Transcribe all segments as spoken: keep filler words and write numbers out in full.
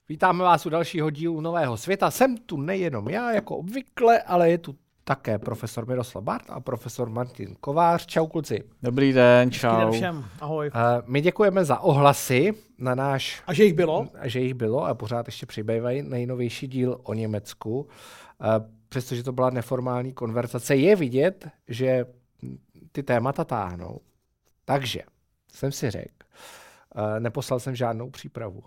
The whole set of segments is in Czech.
Vítáme vás u dalšího dílu Nového světa. Jsem tu nejenom já, jako obvykle, ale je tu také profesor Miroslav Bart a profesor Martin Kovář. Čau kluci. Dobrý den, čau. Dobrý den všem, ahoj. Uh, my děkujeme za ohlasy na náš... A že jich bylo? A že jich bylo a pořád ještě přibývají nejnovější díl o Německu. Uh, přestože to byla neformální konverzace, je vidět, že ty témata táhnou. Takže jsem si řekl, Uh, neposlal jsem žádnou přípravu.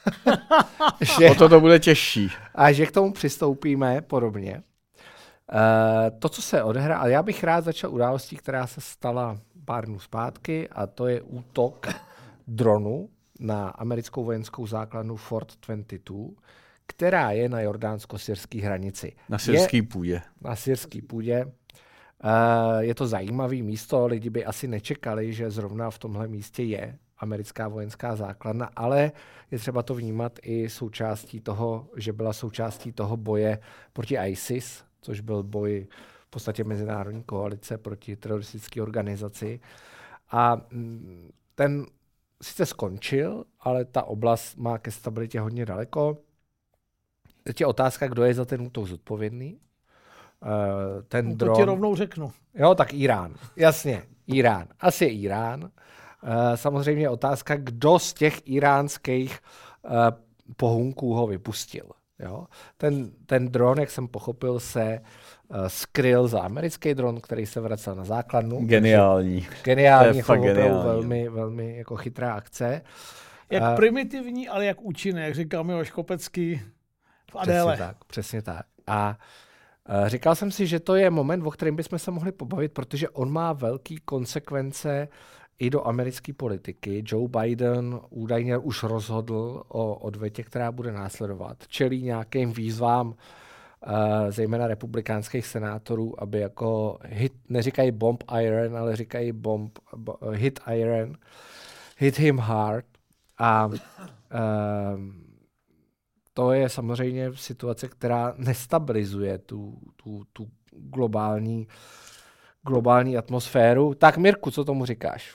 že, o to to bude těžší. A že k tomu přistoupíme podobně. Uh, to, co se odehrá, ale já bych rád začal událostí, která se stala pár dnů zpátky, a to je útok dronu na americkou vojenskou základnu Fort dvacet dva, která je na jordánsko-syrské hranici. Na syrský půdě. Na syrský půdě. Uh, je to zajímavé místo, lidi by asi nečekali, že zrovna v tomhle místě je americká vojenská základna, ale je třeba to vnímat i součástí toho, že byla součástí toho boje proti ISIS, což byl boj v podstatě mezinárodní koalice proti teroristické organizaci. A ten sice skončil, ale ta oblast má ke stabilitě hodně daleko. Teď je otázka, kdo je za ten útok zodpovědný. Uh, ten no to dron... ti rovnou řeknu. Jo, tak Irán. Jasně, Irán. Asi je Irán. Uh, samozřejmě je otázka, kdo z těch iránských uh, pohunků ho vypustil. Jo? Ten, ten dron, jak jsem pochopil, se uh, skryl za americký dron, který se vracel na základnu. Geniální. Geniální, jako geniální. Velmi, velmi jako chytrá akce. Jak uh, primitivní, ale jak účinný, jak říkal Miloš Kopecký v Adéle. Přesně tak, přesně tak. A uh, říkal jsem si, že to je moment, o kterém bychom se mohli pobavit, protože on má velké konsekvence i do americké politiky. Joe Biden údajně už rozhodl o odvetě, která bude následovat. Čelí nějakým výzvám, uh, zejména republikánských senátorů, aby jako hit, neříkají bomb iron, ale říkají bomb, bo, hit iron, hit him hard. A uh, to je samozřejmě situace, která nestabilizuje tu, tu, tu globální, globální atmosféru. Tak Mirku, co tomu říkáš?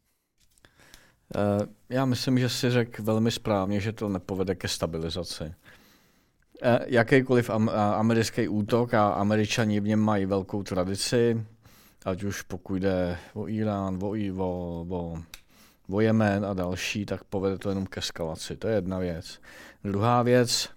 Uh, já myslím, že si řekl velmi správně, že to nepovede ke stabilizaci. Uh, jakýkoliv am- americký útok, a Američani v něm mají velkou tradici, ať už pokud jde o Irán, o, o, o, o Jemen a další, tak povede to jenom ke eskalaci. To je jedna věc. Druhá věc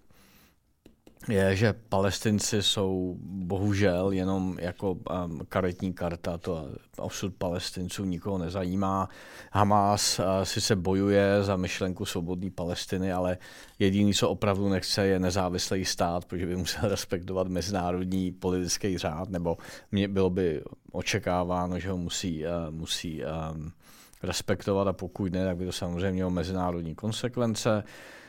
je, že Palestinci jsou bohužel jenom jako um, karetní karta, to osud Palestinců nikoho nezajímá. Hamas uh, sice bojuje za myšlenku svobodné Palestiny, ale jediný, co opravdu nechce, je nezávislý stát, protože by musel respektovat mezinárodní politický řád, nebo mě bylo by očekáváno, že ho musí, uh, musí um, respektovat, a pokud ne, tak by to samozřejmě mělo mezinárodní konsekvence.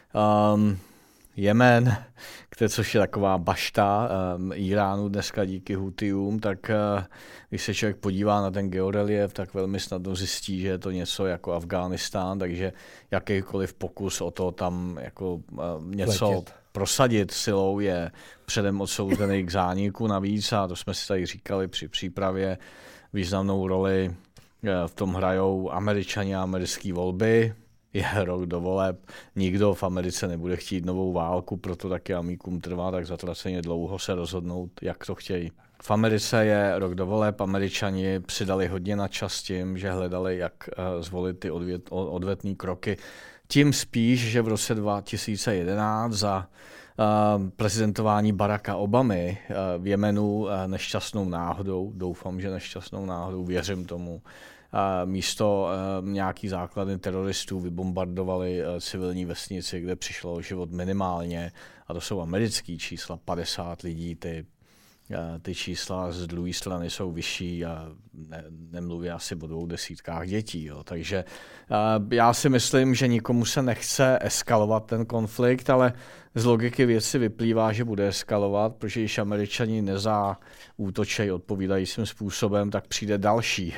Um, Jemen, které, což je taková bašta um, Iránu dneska díky Hutiům, tak uh, když se člověk podívá na ten georelief, tak velmi snadno zjistí, že je to něco jako Afghánistán, takže jakýkoliv pokus o to tam jako uh, něco Letět. prosadit silou je předem odsouzený k zániku navíc, a to jsme si tady říkali při přípravě. Významnou roli uh, v tom hrajou Američani a americké volby. Je rok do voleb, nikdo v Americe nebude chtít novou válku, proto taky amíkům trvá tak zatraceně dlouho se rozhodnout, jak to chtějí. V Americe je rok do voleb, Američani přidali hodně na čas tím, že hledali, jak zvolit ty odvět, odvetné kroky. Tím spíš, že v roce dva tisíce jedenáct za uh, prezidentování Baracka Obamy uh, v Jemenu uh, nešťastnou náhodou, doufám, že nešťastnou náhodou, věřím tomu, Uh, místo uh, nějaký základny teroristů vybombardovali uh, civilní vesnici, kde přišlo o život minimálně, a to jsou americký čísla, padesát lidí, ty, uh, ty čísla z druhé strany jsou vyšší a ne, nemluví asi o dvou desítkách dětí. Jo. Takže uh, já si myslím, že nikomu se nechce eskalovat ten konflikt, ale z logiky věci vyplývá, že bude eskalovat, protože když Američani nezaútočí odpovídajícím způsobem, tak přijde další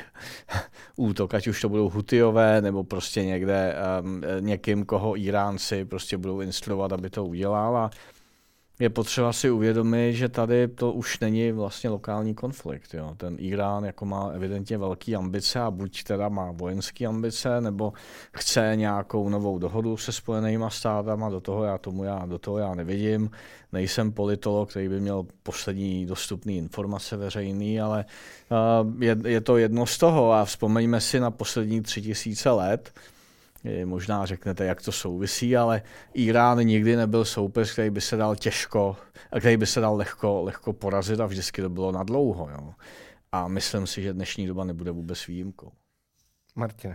útok, ať už to budou Hutiové, nebo prostě někde um, někým, koho Iránci prostě budou instruovat, aby to udělal. A je potřeba si uvědomit, že tady to už není vlastně lokální konflikt. Jo. Ten Irán jako má evidentně velké ambice a buď teda má vojenské ambice, nebo chce nějakou novou dohodu se Spojenýma státama, do toho já tomu já, do toho já nevidím. Nejsem politolog, který by měl poslední dostupné informace veřejný, ale uh, je, je to jedno z toho a vzpomeňme si na poslední tři tisíce let. Možná řeknete, jak to souvisí, ale Irán nikdy nebyl soupeř, který by se dal těžko, který by se dal lehko, lehko porazit a vždycky to bylo na dlouho. Jo. A myslím si, že dnešní doba nebude vůbec výjimkou. Martine.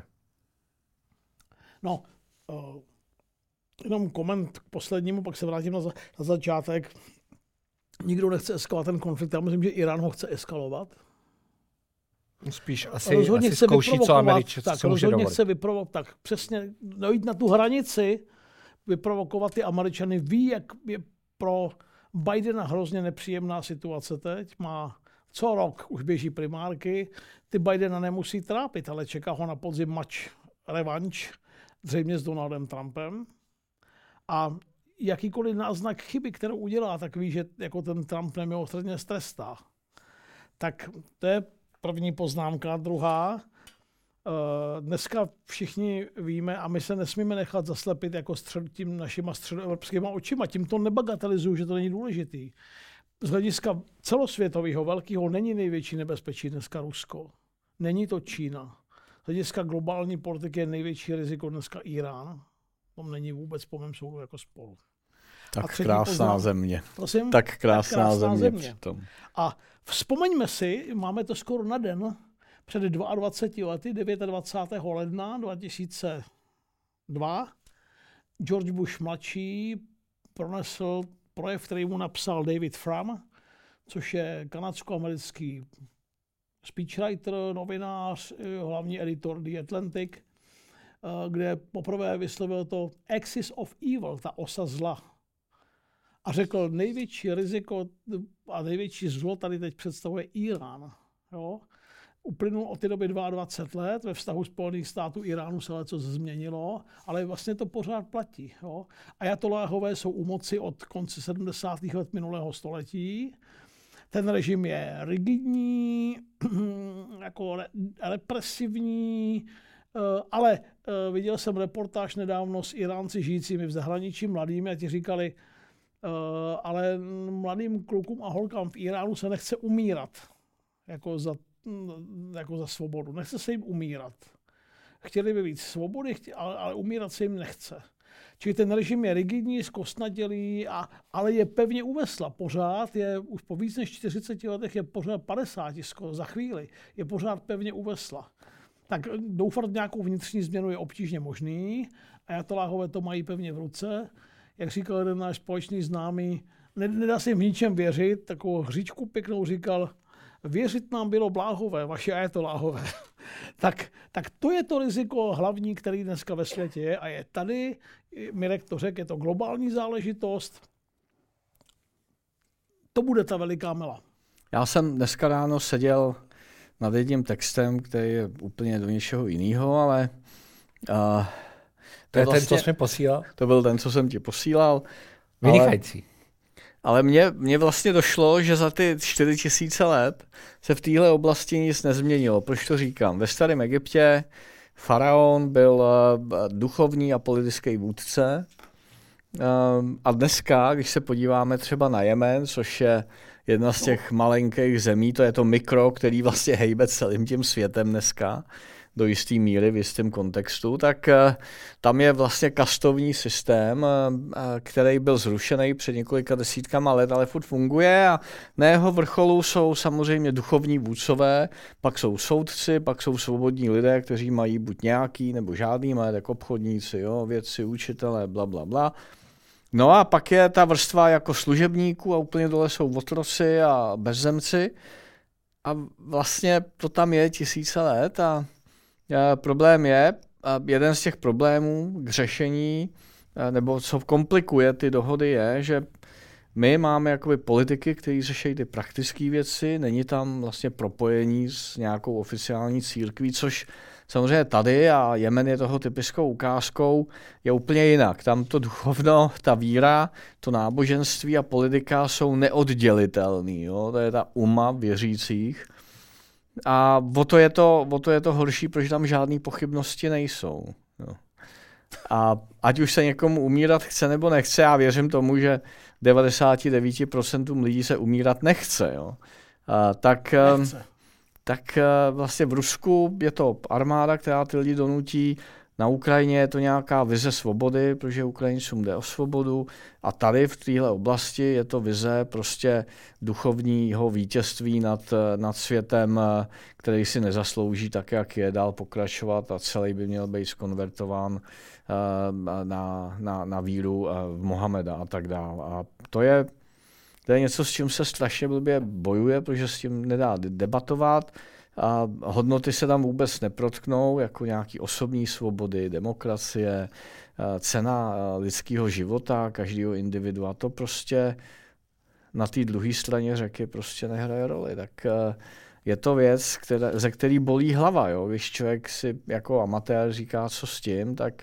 No, uh, jenom koment k poslednímu, pak se vrátím na, za, na začátek. Nikdo nechce eskalovat ten konflikt, já myslím, že Irán ho chce eskalovat. Spíš asi, rozhodně asi chce zkouší, co Američan tak, co může rozhodně dovolit. chce vyprovokovat, tak přesně dojít na tu hranici, vyprovokovat ty Američany. Ví, jak je pro Bidena hrozně nepříjemná situace teď. Má co rok, už běží primárky, ty Bidena nemusí trápit, ale čeká ho na podzim mač, revanš, zřejmě s Donaldem Trumpem. A jakýkoliv náznak chyby, kterou udělá, tak ví, že jako ten Trump nemilosrdně strestá. Tak to je první poznámka. Druhá, dneska všichni víme a my se nesmíme nechat zaslepit jako střed, tím našima středoevropskýma očima. Tím to nebagatelizuju, že to není důležitý. Z hlediska celosvětového velkého není největší nebezpečí dneska Rusko. Není to Čína. Z hlediska globální politiky je největší riziko dneska Irán. Tam není vůbec po mém soudu jako spolu. Tak krásná poznám, země. Prosím? Tak krásná, tak krásná země. země. Přitom. A vzpomeňme si, máme to skoro na den, před dvaceti dvěma lety, dvacátého devátého ledna dva tisíce dva, George Bush mladší pronesl projev, který mu napsal David Frum, což je kanadsko-americký speechwriter, novinář, hlavní editor The Atlantic, kde poprvé vyslovil to axis of evil, ta osa zla. A řekl, největší riziko a největší zlo tady teď představuje Irán. Jo? Uplynul od té doby dvacet dva let, ve vztahu Spojených států Iránu se něco změnilo, ale vlastně to pořád platí. Jo? Ajatolláhové jsou u moci od konce sedmdesátých let minulého století. Ten režim je rigidní, jako represivní, ale viděl jsem reportáž nedávno s Iránci žijícími v zahraničí, mladými, a ti říkali, ale mladým klukům a holkám v Iránu se nechce umírat jako za, jako za svobodu. Nechce se jim umírat. Chtěli by víc svobody, ale, ale umírat se jim nechce. Čili ten režim je rigidní, zkostnatělý, a, ale je pevně u vesla. Pořád je, už po víc než čtyřiceti letech je pořád padesáti za chvíli, je pořád pevně u vesla. Tak doufat v nějakou vnitřní změnu je obtížně možný. Ajatolláhové to mají pevně v ruce. Jak říkal jeden náš společný známý, nedá se jim v ničem věřit, takovou hříčku pěknou říkal, věřit nám bylo bláhové, vaši ajatolláhové. tak, tak to je to riziko hlavní, který dneska ve světě je a je tady, Mirek to řekl, je to globální záležitost. To bude ta veliká mela. Já jsem dneska ráno seděl nad jedním textem, který je úplně do něčeho jiného, ale uh, to je vlastně, ten, co jsi mi posílal? To byl ten, co jsem ti posílal. Vynikající. Ale mně, mně vlastně došlo, že za ty čtyři tisíce let se v téhle oblasti nic nezměnilo. Proč to říkám? Ve starém Egyptě faraon byl duchovní a politický vůdce. A dneska, když se podíváme třeba na Jemen, což je jedna z těch malenkých zemí, to je to mikro, který vlastně hejbe celým tím světem dneska, do jisté míry v jistém kontextu, tak tam je vlastně kastovní systém, který byl zrušený před několika desítkama let, ale furt funguje a na jeho vrcholu jsou samozřejmě duchovní vůdcové, pak jsou soudci, pak jsou svobodní lidé, kteří mají buď nějaký nebo žádný majetek, obchodníci, jo, vědci, učitelé, bla, bla, bla. No a pak je ta vrstva jako služebníků a úplně dole jsou otroci a bezzemci a vlastně to tam je tisíce let a problém je, a jeden z těch problémů k řešení, nebo co komplikuje ty dohody je, že my máme jakoby politiky, kteří řeší ty praktické věci, není tam vlastně propojení s nějakou oficiální církví, což Samozřejmě tady, a Jemen je toho typickou ukázkou, je úplně jinak. Tam to duchovno, ta víra, to náboženství a politika jsou neoddělitelný. Jo? To je ta umma věřících. A o to je to, o to, je to horší, protože tam žádné pochybnosti nejsou. Jo. A ať už se někomu umírat chce nebo nechce, já věřím tomu, že devadesát devět procent lidí se umírat nechce. Jo. A tak, nechce. tak vlastně v Rusku je to armáda, která ty lidi donutí. Na Ukrajině je to nějaká vize svobody, protože Ukrajincům jde o svobodu. A tady v téhle oblasti je to vize prostě duchovního vítězství nad, nad světem, který si nezaslouží tak, jak je, dál pokračovat a celý by měl být skonvertován na, na, na víru v Mohameda a tak dále. A to je, to je něco, s čím se strašně blbě bojuje, protože s tím nedá debatovat. A hodnoty se tam vůbec neprotknou, jako nějaký osobní svobody, demokracie, cena lidského života, každého individua. To prostě na té druhé straně řeky prostě nehraje roli. Tak je to věc, které, ze který bolí hlava. Jo? Když člověk si jako amatér říká, co s tím, tak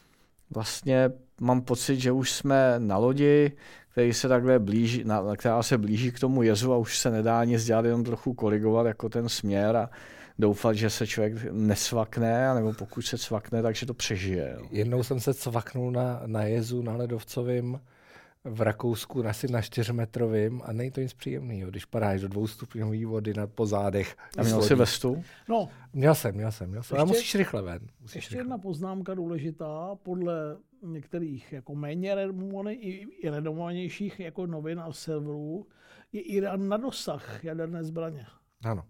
vlastně mám pocit, že už jsme na lodi, který se takhle blíží, na, která se blíží k tomu jezu a už se nedá nic dělat, jenom trochu korigovat jako ten směr a doufat, že se člověk nesvakne, nebo pokud se cvakne, takže to přežije. Jo. Jednou jsem se cvaknul na, na jezu, na ledovcovým v Rakousku, asi na čtyřmetrovým a není to nic příjemného, když padáš do dvoustupňové vody na pozádech. A měl jsi vestu? No. Měl jsem, měl jsem, měl jsem. Ještě, a musíš rychle ven. Musíš ještě rychle. jedna poznámka důležitá, podle některých jako méně renomovaných i renomovanějších jako novin a serverů je Irán na dosah jaderné zbraně. Ano.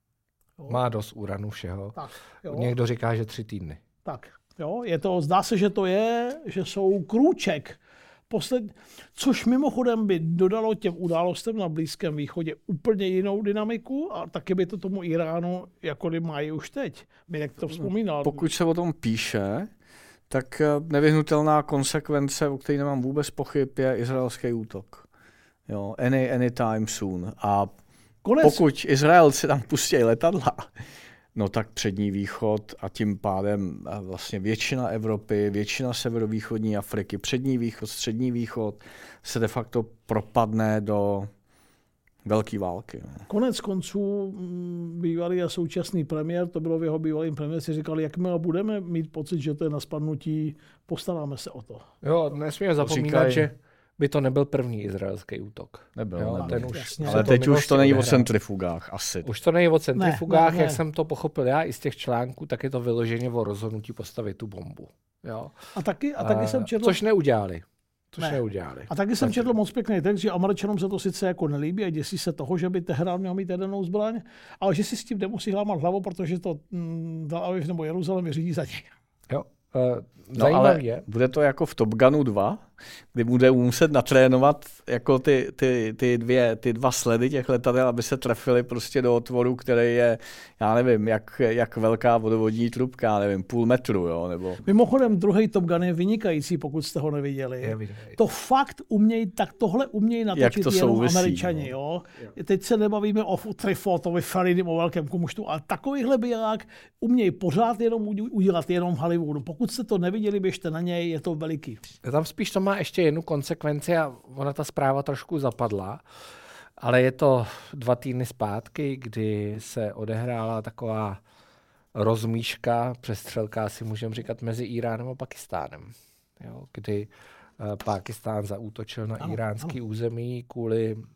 Jo. Má dost uranu všeho. Tak, jo. Někdo říká, že tři týdny. Tak, jo, je to, zdá se, že to je, že jsou krůček. Posled, což mimochodem by dodalo těm událostem na Blízkém východě úplně jinou dynamiku a taky by to tomu Iránu, jako mají už teď. Mirek to vzpomínal. Pokud se o tom píše, tak nevyhnutelná konsekvence, o které nemám vůbec pochyb, je izraelský útok. Jo, any, anytime soon. A Konec. Pokud Izraelci tam pustí letadla, no tak přední východ a tím pádem vlastně většina Evropy, většina severovýchodní Afriky, přední východ, střední východ se de facto propadne do velké války. Konec konců bývalý a současný premiér, to bylo v jeho bývalým premiér, si říkali, jakmile budeme mít pocit, že to je na spadnutí, postaráme se o to. Jo, nesmíme zapomínat, říkaj, že by to nebyl první izraelský útok. Nebyl, jo, nebyl. Ten už, ale teď už to není o centrifugách asi. Už to není o centrifugách, ne, ne, jak ne. jsem to pochopil já i z těch článků, tak je to vyloženě o rozhodnutí postavit tu bombu. Jo. A taky, a taky a, jsem četl... Což neudělali. Což ne. neudělali. A taky jsem četl moc pěkný text, že Američanům se to sice jako nelíbí a děsí se toho, že by Teherán měl mít jadernou zbraň, ale že si s tím nemusí hlámat hlavu, protože to hm, Tel Aviv nebo Jeruzalém vyřídí za něj. Jo. Uh, no ale je. Bude to jako v Top Gunu dva, kdy bude muset natrénovat jako ty, ty, ty, dvě, ty dva sledy těch letadel, aby se trefily prostě do otvoru, který je, já nevím, jak, jak velká vodovodní trubka, nevím, půl metru, jo, nebo... Mimochodem, druhý Top Gun je vynikající, pokud jste ho neviděli. Je vynikající. To fakt umějí, tak tohle umějí natočit jenom souvisí, Američani, no. jo. jo. Teď se nebavíme o Trifotovi, Faridim, o velkém komuštu, ale takovýhle bělák umějí pořád jenom udělat jenom v Hollywoodu. Pokud jste to neviděli, běžte na něj, je to veliký. Tam spíš to má ještě jednu konsekvenci a ona ta zpráva trošku zapadla, ale je to dva týdny zpátky, kdy se odehrála taková rozmíška, přestřelka, si můžeme říkat, mezi Iránem a Pakistánem. Jo, kdy uh, Pákistán zaútočil na ano, iránský ano. území kvůli uh,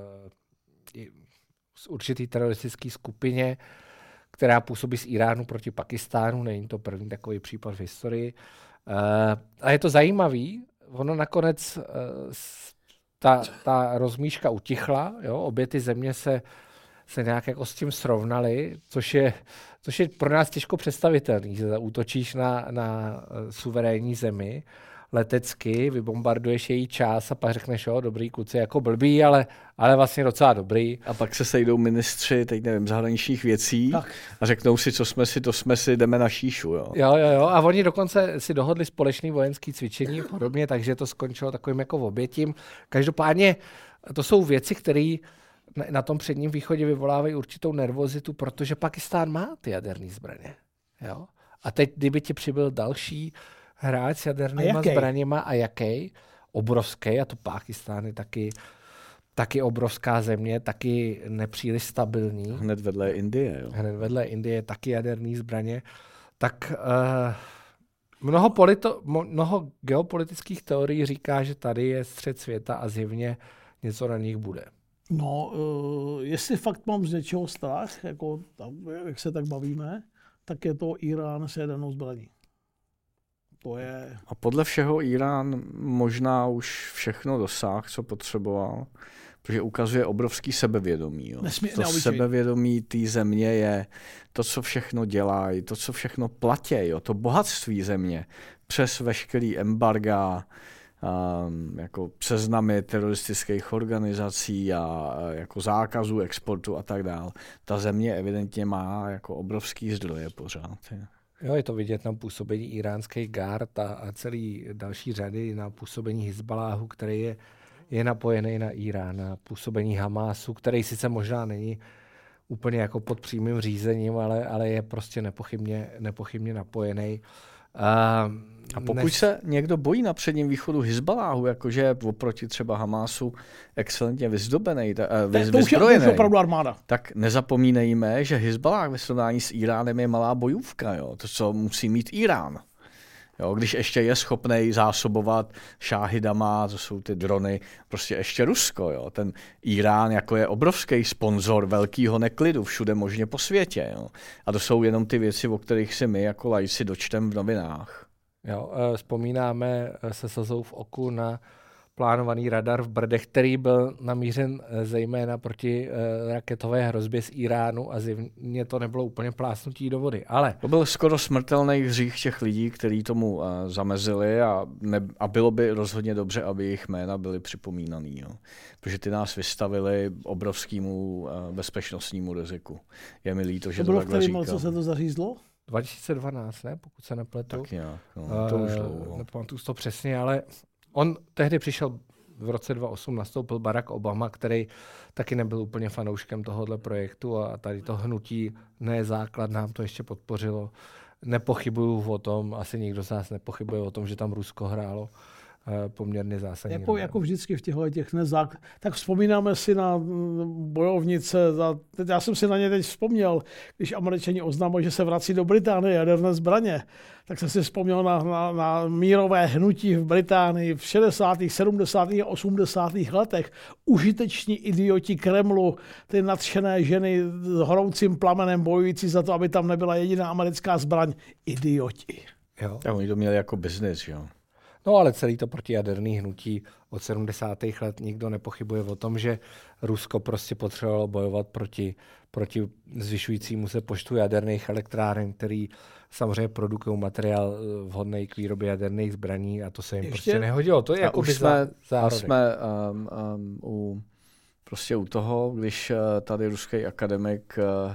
určitý teroristické skupině, která působí z Iránu proti Pakistánu. Není to první takový případ v historii. Uh, a je to zajímavý, ono nakonec uh, ta, ta rozmíška utichla, jo? Obě ty země se, se nějak jako s tím srovnaly, což je, což je pro nás těžko představitelný, že útočíš na, na uh, suverénní zemi letecky, vybombarduješ její čas a pak řekneš, jo, dobrý kluci, jako blbý, ale, ale vlastně docela dobrý. A pak se sejdou ministři, teď nevím, zahraničních věcí tak. a řeknou si, co jsme si, to jsme si, jdeme na šíšu. Jo, jo, jo. jo. A oni dokonce si dohodli společný vojenský cvičení a podobně, takže to skončilo takovým jako obětím. Každopádně to jsou věci, které na tom předním východě vyvolávají určitou nervozitu, protože Pakistán má ty jaderné zbraně. Jo? A teď, kdyby ti přibyl další hráč s jadernýma zbraněma a jaký? Obrovský, a to Pákistán je taky, taky obrovská země, taky nepříliš stabilní. Hned vedle Indie. Jo. Hned vedle Indie taky jaderný zbraně. Tak uh, mnoho, polito, mnoho geopolitických teorií říká, že tady je střed světa a zjevně něco na nich bude. No, uh, jestli fakt mám z něčeho strach, jako tam, jak se tak bavíme, tak je to Irán s jadernou zbraní. To je... A podle všeho Irán možná už všechno dosáhl, co potřeboval, protože ukazuje obrovský sebevědomí. Jo. To sebevědomí té země je to, co všechno dělají, to, co všechno platí, jo. To bohatství země přes veškerý embarga, um, jako seznamy teroristických organizací a jako zákazů exportu a tak dál. Ta země evidentně má jako obrovský zdroje pořád. Je. Jo, je to vidět na působení iránských gard a, a celý další řady na působení Hizbaláhu, který je, je napojený na Irán, na působení Hamásu, který sice možná není úplně jako pod přímým řízením, ale, ale je prostě nepochybně, nepochybně napojený. Uh, a pokud než... se někdo bojí na Předním východu Hizbaláhu, jakože oproti třeba Hamásu excelentně vyzdobený, uh, vyz, vyzbrojený, tak nezapomínejme, že Hizbalách ve srovnání s Iránem je malá bojůvka. Jo? To, co musí mít Irán. Jo? Když ještě je schopný zásobovat šáhidama, to jsou ty drony, prostě ještě Rusko. Jo? Ten Irán jako je obrovský sponzor velkého neklidu všude možně po světě. Jo? A to jsou jenom ty věci, o kterých si my jako laici dočtem v novinách. Jo, vzpomínáme se slzou v oku na plánovaný radar v Brdech, který byl namířen zejména proti raketové hrozbě z Iránu a zjevně to nebylo úplně plásnutí do vody. Ale to byl skoro smrtelný hřích těch lidí, kteří tomu uh, zamezili a, ne, a bylo by rozhodně dobře, aby jejich jména byly připomínaný. Jo. Protože ty nás vystavili obrovskému uh, bezpečnostnímu riziku. Je mi líto, že to, to bylo takhle říkám. Co se to zařízlo? dva tisíce dvanáct, ne? Pokud se nepletu. Tak nějak, no, to už dlouho. Nepamatuji to přesně, ale on tehdy přišel v roce dva tisíce osm, nastoupil Barack Obama, který taky nebyl úplně fanouškem tohohle projektu a tady to hnutí ne základ nám to ještě podpořilo. Nepochybuju o tom, asi nikdo z nás nepochybuje o tom, že tam Rusko hrálo poměrně zásadní. Jako, jako vždycky v těchto těch nezák... Tak vzpomínáme si na bojovnice. Za... Já jsem si na ně teď vzpomněl, když Američani oznámili, že se vrací do Británie jaderné zbraně, tak jsem si vzpomněl na, na, na mírové hnutí v Británii v šedesátých, sedmdesátých a osmdesátých letech. Užiteční idioti Kremlu, ty nadšené ženy s horoucím plamenem bojující za to, aby tam nebyla jediná americká zbraň. Idioti. Jo. A oni to měli jako biznis, jo. No ale celý to protijaderný hnutí od sedmdesátých let nikdo nepochybuje o tom, že Rusko prostě potřebovalo bojovat proti, proti zvyšujícímu se počtu jaderných elektráren, který samozřejmě produkují materiál vhodný k výrobě jaderných zbraní a to se jim Ještě? prostě nehodilo. To je jako už jsme, a jsme um, um, u, prostě u toho, když uh, tady ruský akademik uh,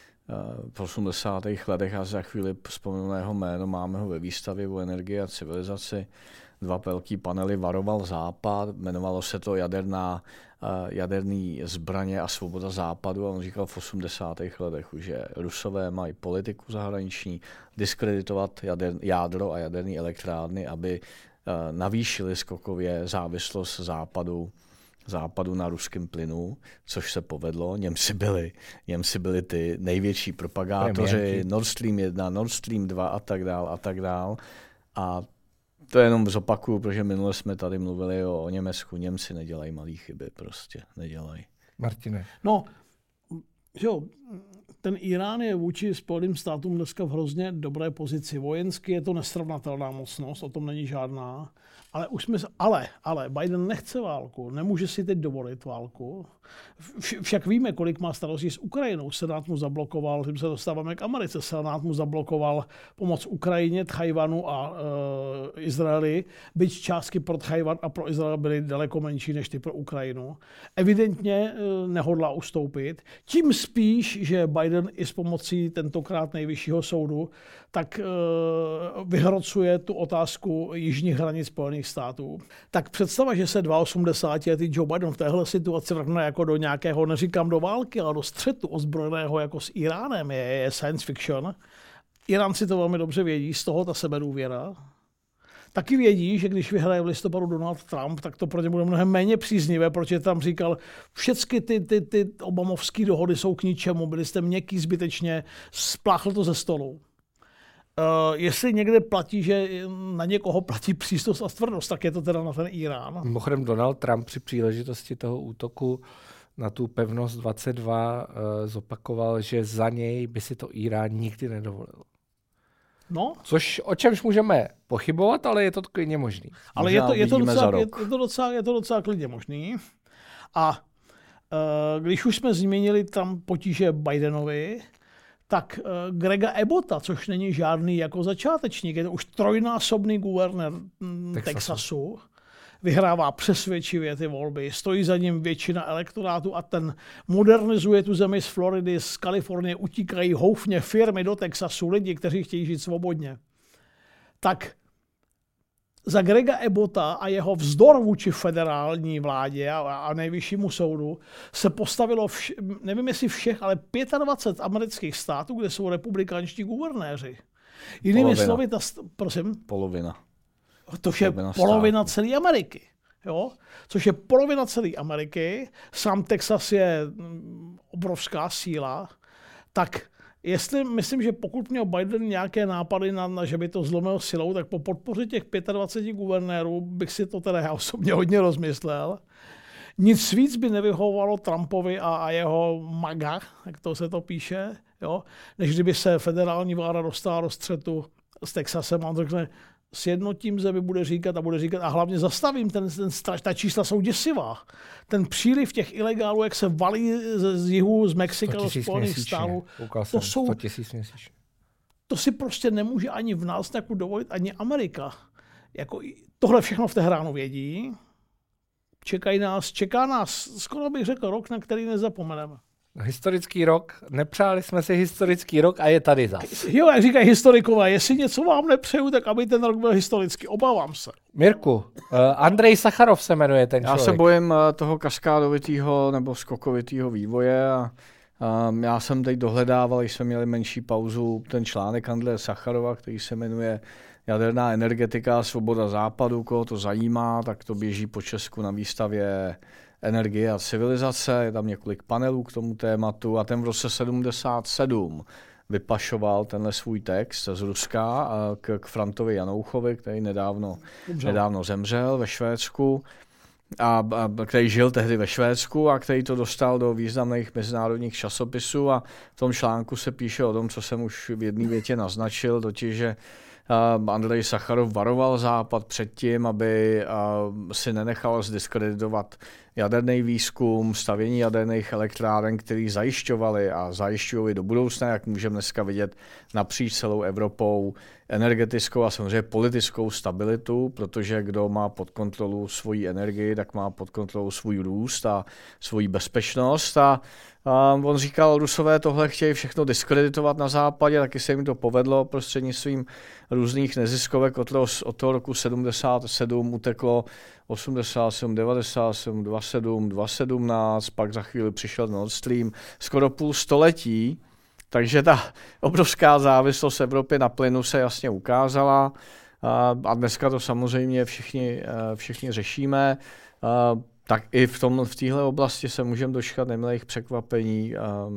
v osmdesátých letech, a za chvíli vzpomenu na jeho jméno, máme ho ve výstavě o energii a civilizaci, dva velký panely varoval Západ, jmenovalo se to jaderná, jaderný zbraně a svoboda Západu a on říkal v osmdesátých letech už, že Rusové mají politiku zahraniční, diskreditovat jader, jádro a jaderné elektrárny, aby navýšili skokově závislost Západu západu na ruském plynu, což se povedlo. Němci byli, Němci byli ty největší propagátoři, Nord Stream jedna, Nord Stream dva a tak dál a tak dál. A to jenom zopakuju, protože minule jsme tady mluvili o, o Německu. Němci nedělají malý chyby, prostě nedělají. Martine. No, jo, ten Irán je vůči Spojeným státům dneska v hrozně dobré pozici. Vojensky je to nesrovnatelná mocnost, o tom není žádná. Ale už jsme, ale, ale Biden nechce válku, nemůže si teď dovolit válku. Však víme, kolik má starostí s Ukrajinou. Senát mu zablokoval, tím se dostáváme k Americe, Senát mu zablokoval pomoc Ukrajině, Tchajvanu a e, Izraeli, byť částky pro Tchajvan a pro Izrael byly daleko menší než ty pro Ukrajinu. Evidentně e, nehodlá ustoupit. Tím spíš, že Biden i s pomocí tentokrát nejvyššího soudu tak e, vyhrocuje tu otázku jižních hranic Spojených států. Tak představa, že se osmdesátletý Joe Biden v téhle situaci vrhne jako do nějakého, neříkám do války, ale do střetu ozbrojeného jako s Iránem, je, je science fiction. Iránci to velmi dobře vědí, z toho ta sebedůvěra. Taky vědí, že když vyhraje v listopadu Donald Trump, tak to pro ně bude mnohem méně příznivé, protože tam říkal, všechny ty, ty, ty obamovské dohody jsou k ničemu, byli jste měkký zbytečně, spláchl to ze stolu. Uh, jestli někde platí, že na někoho platí přísnost a tvrdost, tak je to teda na ten Irán. Mimochodem Donald Trump při příležitosti toho útoku na tu pevnost dvacet dva uh, zopakoval, že za něj by si to Irán nikdy nedovolil. No. Což o čemž můžeme pochybovat, ale je to klidně možný. Ale je to, je, to docela, je, to docela, je to docela klidně možný. A uh, když už jsme zmínili tam potíže Bidenovi, tak uh, Grega Abbotta, což není žádný jako začátečník, je to už trojnásobný guvernér Texasu. Texasu, vyhrává přesvědčivě ty volby, stojí za ním většina elektorátu a ten modernizuje tu zemi z Floridy, z Kalifornie, utíkají houfně firmy do Texasu, lidi, kteří chtějí žít svobodně. Tak za Grega Abbotta a jeho vzdor vůči federální vládě a, a nejvyššímu soudu se postavilo, vš, nevím jestli všech, ale dvacet pět amerických států, kde jsou republikánští guvernéři. Jinými Polovina. slovy, ta, prosím? Polovina. To je polovina celé Ameriky. Jo? Což je polovina celé Ameriky. Sám Texas je obrovská síla. Tak jestli, myslím, že pokud měl Biden nějaké nápady, na, na že by to zlomil silou, tak po podpoře těch dvacet pět guvernérů bych si to teda já osobně hodně rozmyslel. Nic víc by nevyhovovalo Trumpovi a, a jeho MAGA, jak to se to píše, jo? Než kdyby se federální vláda dostala do střetu s Texasem a on řekne, sjednotím zemi, bude říkat a bude říkat a hlavně zastavím, ten, ten straš, ta čísla jsou děsivá. Ten příliv těch ilegálů, jak se valí z, z jihu, z Mexika do Spojených států, to jsou, to si prostě nemůže ani v nás takovou dovolit, ani Amerika. Jako, tohle všechno v Teheránu vědí. Čekají nás, čeká nás, skoro bych řekl, rok, na který nezapomeneme. Historický rok, nepřáli jsme si historický rok a je tady zas. Jo, jak říkají historikové, jestli něco vám nepřeju, tak aby ten rok byl historický, obávám se. Mirku, uh, Andrej Sacharov se jmenuje ten člověk. Já se bojím uh, toho kaskádovitýho nebo skokovitýho vývoje a uh, já jsem teď dohledával, když jsme měli menší pauzu, ten článek Andreje Sacharova, který se jmenuje Jaderná energetika, svoboda západu, koho to zajímá, tak to běží po Česku na výstavě Energie a civilizace, je tam několik panelů k tomu tématu a ten v roce sedmdesát sedm vypašoval tenhle svůj text z Ruska k, k Frantovi Janouchovi, který nedávno, nedávno zemřel ve Švédsku, a, a který žil tehdy ve Švédsku a který to dostal do významných mezinárodních časopisů a v tom článku se píše o tom, co jsem už v jedné větě naznačil, totiž, že Andrej Sacharov varoval Západ před tím, aby si nenechal zdiskreditovat jaderný výzkum, stavění jaderných elektráren, který zajišťovali a zajišťují do budoucna, jak můžeme dneska vidět napříč celou Evropou, energetickou a samozřejmě politickou stabilitu, protože kdo má pod kontrolou svoji energii, tak má pod kontrolou svůj růst a svoji bezpečnost. A, a on říkal, Rusové tohle chtějí všechno diskreditovat na západě, taky se jim to povedlo prostřednictvím různých neziskovek. Od toho, od toho roku sedmdesát sedm uteklo osmdesát sedm, devadesát sedm, dvacet sedm, dvacet sedmnáct, pak za chvíli přišel Nord Stream, skoro půl století. Takže ta obrovská závislost Evropy na plynu se jasně ukázala a dneska to samozřejmě všichni, všichni řešíme. Tak i v, tom, v téhle oblasti se můžeme dočkat nemilých překvapení.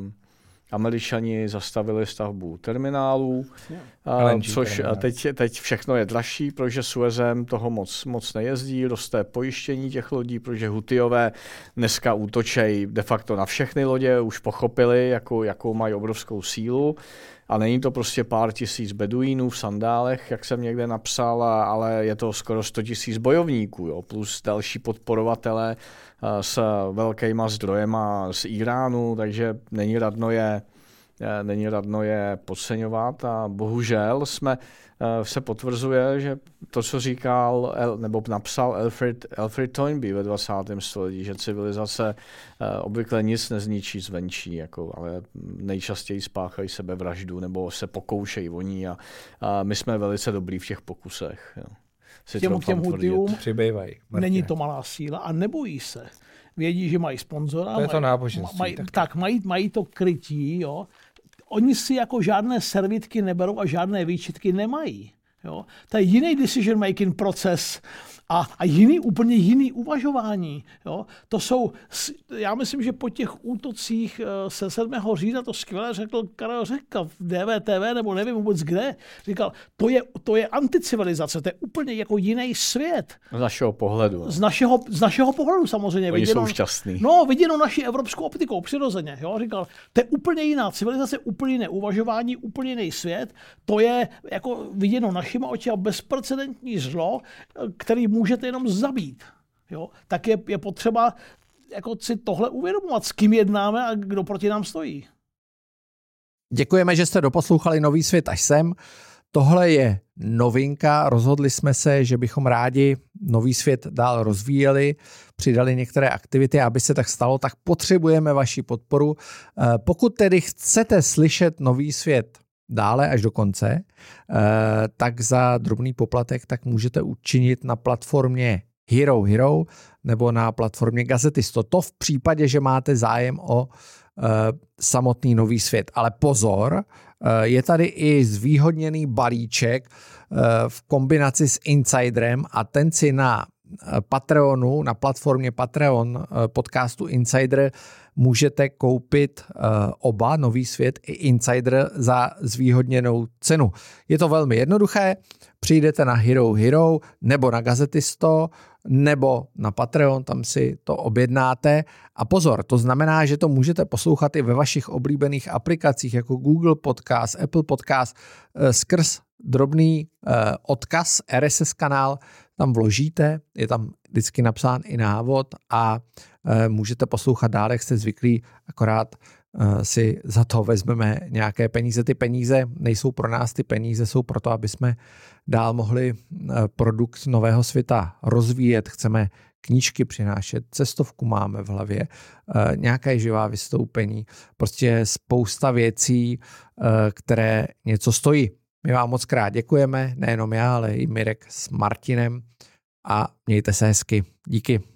Američani zastavili stavbu terminálů, yeah. což teď, teď všechno je dražší, protože Suezem toho moc, moc nejezdí, roste pojištění těch lodí, protože Hutijové dneska útočejí de facto na všechny lodě, už pochopili, jakou, jakou mají obrovskou sílu. A není to prostě pár tisíc beduínů v sandálech, jak jsem někde napsal, ale je to skoro sto tisíc bojovníků, jo, plus další podporovatelé s velkýma zdrojema z Iránu, takže není radno je, není radno je podceňovat a bohužel jsme, se potvrzuje, že to, co říkal nebo napsal Alfred, Alfred Toynbee ve dvacátém století, že civilizace obvykle nic nezničí zvenčí, jako, ale nejčastěji spáchají sebevraždu nebo se pokoušejí o ní a, a my jsme velice dobrý v těch pokusech. Jo. Si těm, těm Hutijům není to malá síla a nebojí se. Vědí, že mají sponzora. To je to náboženství. Mají, tak, mají, mají to krytí, jo. oni si jako žádné servitky neberou a žádné výčitky nemají. Jo? To je jiný decision making proces a, a jiný, úplně jiný uvažování. Jo? To jsou, já myslím, že po těch útocích se sedmého října to skvěle řekl Karel Řehka v D V T V, nebo nevím vůbec kde. Říkal, to je, to je anticivilizace, to je úplně jako jiný svět. Z našeho pohledu. Z našeho, z našeho pohledu samozřejmě. Oni viděno, jsou šťastný. No, viděno naší evropskou optikou, přirozeně. Jo? Říkal, to je úplně jiná civilizace, úplně jiné uvažování, úplně jiný svět. To je jako viděno našima očima bezprecedentní zlo, který můžete jenom zabít. Jo? Tak je, je potřeba jako si tohle uvědomovat, s kým jednáme a kdo proti nám stojí. Děkujeme, že jste doposlouchali Nový svět až sem. Tohle je novinka. Rozhodli jsme se, že bychom rádi Nový svět dál rozvíjeli, přidali některé aktivity. Aby se tak stalo, tak potřebujeme vaši podporu. Pokud tedy chcete slyšet Nový svět dále až do konce, tak za drobný poplatek tak můžete učinit na platformě Hero Hero nebo na platformě Gazetisto. To v případě, že máte zájem o samotný Nový svět. Ale pozor, je tady i zvýhodněný balíček v kombinaci s Insiderem a ten si na Patreonu, na platformě Patreon podcastu Insider můžete koupit oba, Nový svět i Insider, za zvýhodněnou cenu. Je to velmi jednoduché, přijdete na Hero Hero nebo na Gazetisto nebo na Patreon, tam si to objednáte. A pozor, to znamená, že to můžete poslouchat i ve vašich oblíbených aplikacích jako Google Podcast, Apple Podcast, skrz drobný odkaz, R S S kanál, tam vložíte, je tam vždycky napsán i návod a můžete poslouchat dál, jak jste zvyklí, akorát si za to vezmeme nějaké peníze. Ty peníze nejsou pro nás, ty peníze jsou pro to, aby jsme dál mohli produkt Nového světa rozvíjet. Chceme knížky přinášet, cestovku máme v hlavě, nějaké živá vystoupení, prostě spousta věcí, které něco stojí. My vám moc krát děkujeme, nejenom já, ale i Mirek s Martinem a mějte se hezky. Díky.